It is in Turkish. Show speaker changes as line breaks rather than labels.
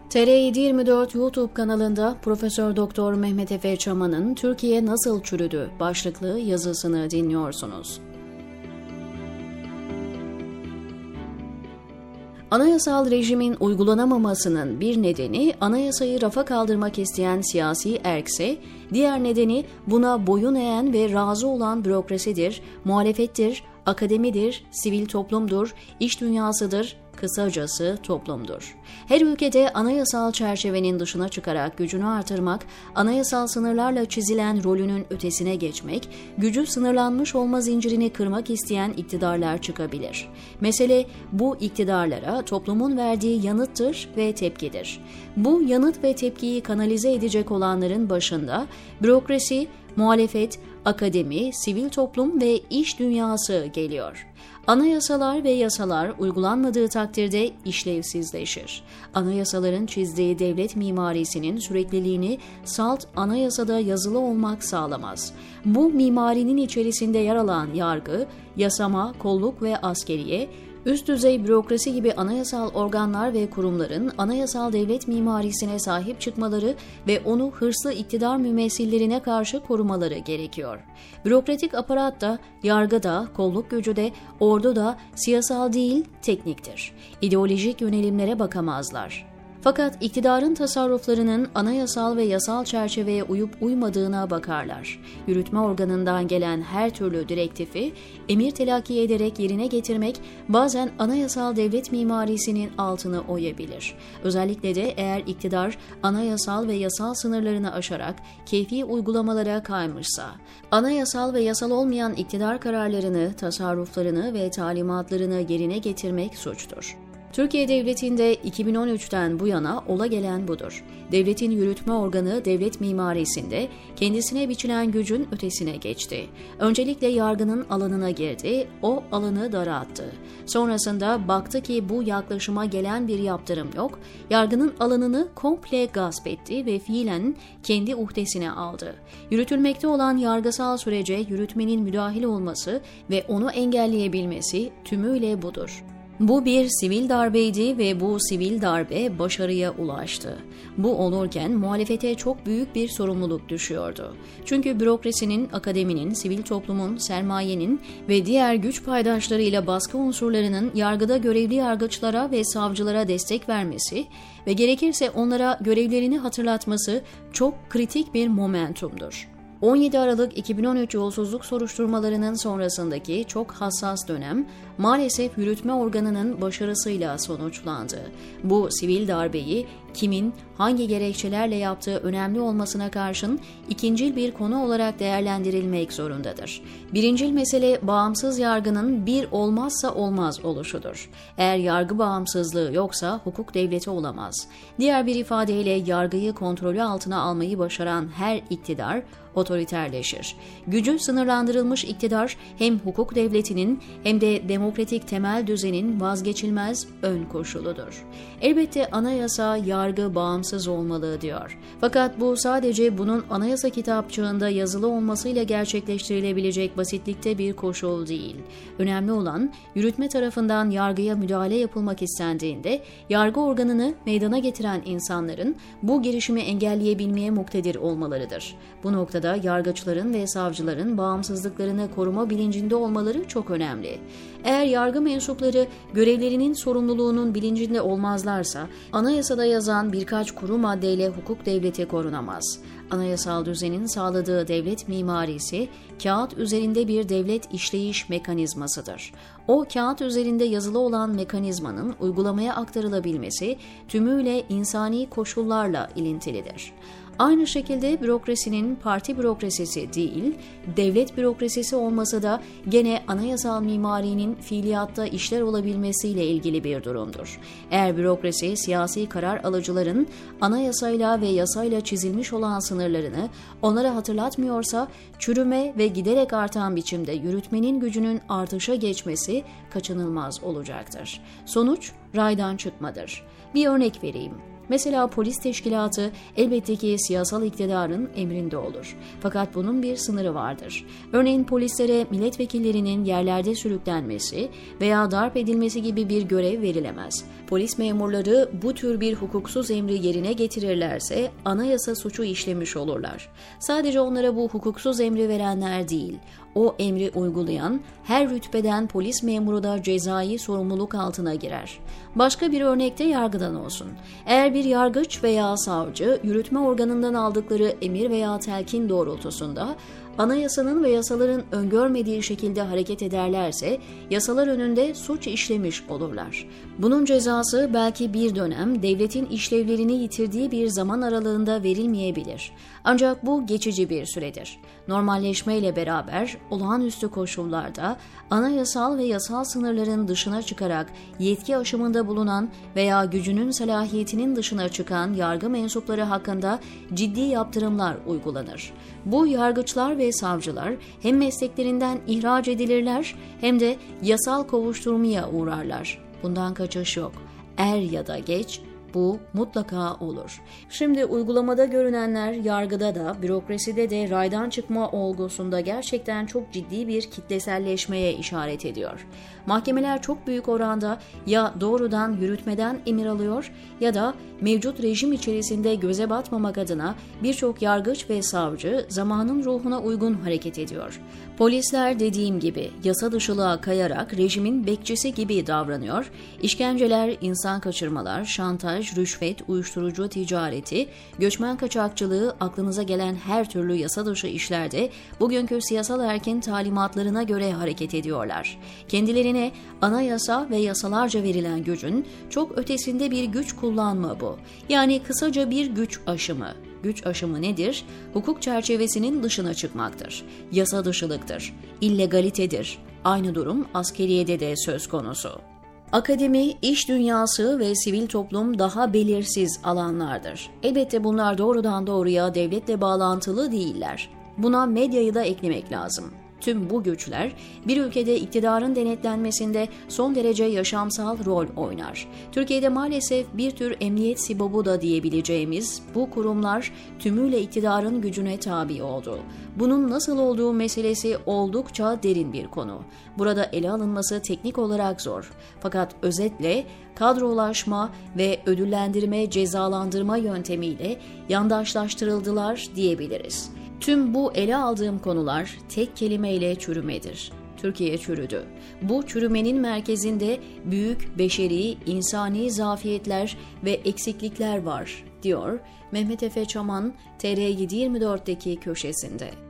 TR724 YouTube kanalında Profesör Doktor Mehmet Efe Çaman'ın Türkiye Nasıl Çürüdü başlıklı yazısını dinliyorsunuz. Anayasal rejimin uygulanamamasının bir nedeni anayasayı rafa kaldırmak isteyen siyasi erkse, diğer nedeni buna boyun eğen ve razı olan bürokrasidir, muhalefettir, akademidir, sivil toplumdur, iş dünyasıdır, kısacası toplumdur. Her ülkede anayasal çerçevenin dışına çıkarak gücünü artırmak, anayasal sınırlarla çizilen rolünün ötesine geçmek, gücü sınırlanmış olma zincirini kırmak isteyen iktidarlar çıkabilir. Mesele bu iktidarlara toplumun verdiği yanıttır ve tepkidir. Bu yanıt ve tepkiyi kanalize edecek olanların başında bürokrasi, muhalefet, akademi, sivil toplum ve iş dünyası geliyor. Anayasalar ve yasalar uygulanmadığı takdirde işlevsizleşir. Anayasaların çizdiği devlet mimarisinin sürekliliğini salt anayasada yazılı olmak sağlamaz. Bu mimarinin içerisinde yer alan yargı, yasama, kolluk ve askeriye, üst düzey bürokrasi gibi anayasal organlar ve kurumların anayasal devlet mimarisine sahip çıkmaları ve onu hırslı iktidar mümessillerine karşı korumaları gerekiyor. Bürokratik aparat da, yargı da, kolluk gücü de, ordu da siyasal değil, tekniktir. İdeolojik yönelimlere bakamazlar. Fakat iktidarın tasarruflarının anayasal ve yasal çerçeveye uyup uymadığına bakarlar. Yürütme organından gelen her türlü direktifi emir telakki ederek yerine getirmek bazen anayasal devlet mimarisinin altını oyabilir. Özellikle de eğer iktidar anayasal ve yasal sınırlarını aşarak keyfi uygulamalara kaymışsa, anayasal ve yasal olmayan iktidar kararlarını, tasarruflarını ve talimatlarını yerine getirmek suçtur. Türkiye Devleti'nde 2013'ten bu yana ola gelen budur. Devletin yürütme organı devlet mimarisinde kendisine biçilen gücün ötesine geçti. Öncelikle yargının alanına girdi, o alanı daralttı. Sonrasında baktı ki bu yaklaşıma gelen bir yaptırım yok, yargının alanını komple gasp etti ve fiilen kendi uhdesine aldı. Yürütülmekte olan yargısal sürece yürütmenin müdahil olması ve onu engelleyebilmesi tümüyle budur. Bu bir sivil darbeydi ve bu sivil darbe başarıya ulaştı. Bu olurken muhalefete çok büyük bir sorumluluk düşüyordu. Çünkü bürokrasinin, akademinin, sivil toplumun, sermayenin ve diğer güç paydaşlarıyla baskı unsurlarının yargıda görevli yargıçlara ve savcılara destek vermesi ve gerekirse onlara görevlerini hatırlatması çok kritik bir momentumdur. 17 Aralık 2013 yolsuzluk soruşturmalarının sonrasındaki çok hassas dönem maalesef yürütme organının başarısıyla sonuçlandı. Bu sivil darbeyi kimin, hangi gerekçelerle yaptığı önemli olmasına karşın ikincil bir konu olarak değerlendirilmek zorundadır. Birincil mesele bağımsız yargının bir olmazsa olmaz oluşudur. Eğer yargı bağımsızlığı yoksa hukuk devleti olamaz. Diğer bir ifadeyle yargıyı kontrolü altına almayı başaran her iktidar otoriterleşir. Gücü sınırlandırılmış iktidar hem hukuk devletinin hem de demokratik temel düzenin vazgeçilmez ön koşuludur. Elbette anayasa, yargı bağımsız olmalı diyor. Fakat bu sadece bunun anayasa kitapçığında yazılı olmasıyla gerçekleştirilebilecek basitlikte bir koşul değil. Önemli olan yürütme tarafından yargıya müdahale yapılmak istendiğinde yargı organını meydana getiren insanların bu girişimi engelleyebilmeye muktedir olmalarıdır. Bu noktada yargıçların ve savcıların bağımsızlıklarını koruma bilincinde olmaları çok önemli. Eğer yargı mensupları görevlerinin sorumluluğunun bilincinde olmazlarsa, anayasada yazan birkaç kuru maddeyle hukuk devleti korunamaz. Anayasal düzenin sağladığı devlet mimarisi, kağıt üzerinde bir devlet işleyiş mekanizmasıdır. O kağıt üzerinde yazılı olan mekanizmanın uygulamaya aktarılabilmesi tümüyle insani koşullarla ilintilidir. Aynı şekilde bürokrasinin parti bürokrasisi değil, devlet bürokrasisi olması da gene anayasal mimarinin fiiliyatta işler olabilmesiyle ilgili bir durumdur. Eğer bürokrasi siyasi karar alıcıların anayasayla ve yasayla çizilmiş olan sınırlarını onlara hatırlatmıyorsa, çürüme ve giderek artan biçimde yürütmenin gücünün artışa geçmesi kaçınılmaz olacaktır. Sonuç raydan çıkmadır. Bir örnek vereyim. Mesela polis teşkilatı elbette ki siyasal iktidarın emrinde olur. Fakat bunun bir sınırı vardır. Örneğin polislere milletvekillerinin yerlerde sürüklenmesi veya darp edilmesi gibi bir görev verilemez. Polis memurları bu tür bir hukuksuz emri yerine getirirlerse anayasa suçu işlemiş olurlar. Sadece onlara bu hukuksuz emri verenler değil, o emri uygulayan her rütbeden polis memuru da cezai sorumluluk altına girer. Başka bir örnekte yargıdan olsun. Eğer bir yargıç veya savcı yürütme organından aldıkları emir veya telkin doğrultusunda anayasanın ve yasaların öngörmediği şekilde hareket ederlerse yasalar önünde suç işlemiş olurlar. Bunun cezası belki bir dönem devletin işlevlerini yitirdiği bir zaman aralığında verilmeyebilir. Ancak bu geçici bir süredir. Normalleşmeyle beraber olağanüstü koşullarda anayasal ve yasal sınırların dışına çıkarak yetki aşımında bulunan veya gücünün salahiyetinin dışına çıkan yargı mensupları hakkında ciddi yaptırımlar uygulanır. Bu yargıçlar ve savcılar hem mesleklerinden ihraç edilirler hem de yasal kovuşturmaya uğrarlar. Bundan kaçış yok. Er ya da geç bu mutlaka olur. Şimdi uygulamada görünenler yargıda da, bürokraside de raydan çıkma olgusunda gerçekten çok ciddi bir kitleselleşmeye işaret ediyor. Mahkemeler çok büyük oranda ya doğrudan yürütmeden emir alıyor ya da mevcut rejim içerisinde göze batmamak adına birçok yargıç ve savcı zamanın ruhuna uygun hareket ediyor. Polisler dediğim gibi yasa dışılığa kayarak rejimin bekçisi gibi davranıyor. İşkenceler, insan kaçırmalar, şantaj, rüşvet, uyuşturucu ticareti, göçmen kaçakçılığı, aklınıza gelen her türlü yasa dışı işlerde bugünkü siyasal erkin talimatlarına göre hareket ediyorlar. Kendilerine anayasa ve yasalarca verilen gücün çok ötesinde bir güç kullanma bu. Yani kısaca bir güç aşımı. Güç aşımı nedir? Hukuk çerçevesinin dışına çıkmaktır. Yasa dışılıktır. İllegalitedir. Aynı durum askeriyede de söz konusu. Akademi, iş dünyası ve sivil toplum daha belirsiz alanlardır. Elbette bunlar doğrudan doğruya devletle bağlantılı değiller. Buna medyayı da eklemek lazım. Tüm bu güçler bir ülkede iktidarın denetlenmesinde son derece yaşamsal rol oynar. Türkiye'de maalesef bir tür emniyet sibobu da diyebileceğimiz bu kurumlar tümüyle iktidarın gücüne tabi oldu. Bunun nasıl olduğu meselesi oldukça derin bir konu. Burada ele alınması teknik olarak zor. Fakat özetle kadrolaşma ve ödüllendirme, cezalandırma yöntemiyle yandaşlaştırıldılar diyebiliriz. Tüm bu ele aldığım konular tek kelimeyle çürümedir. Türkiye çürüdü. Bu çürümenin merkezinde büyük beşeri, insani zafiyetler ve eksiklikler var, diyor Mehmet Efe Çaman, TR724'deki köşesinde.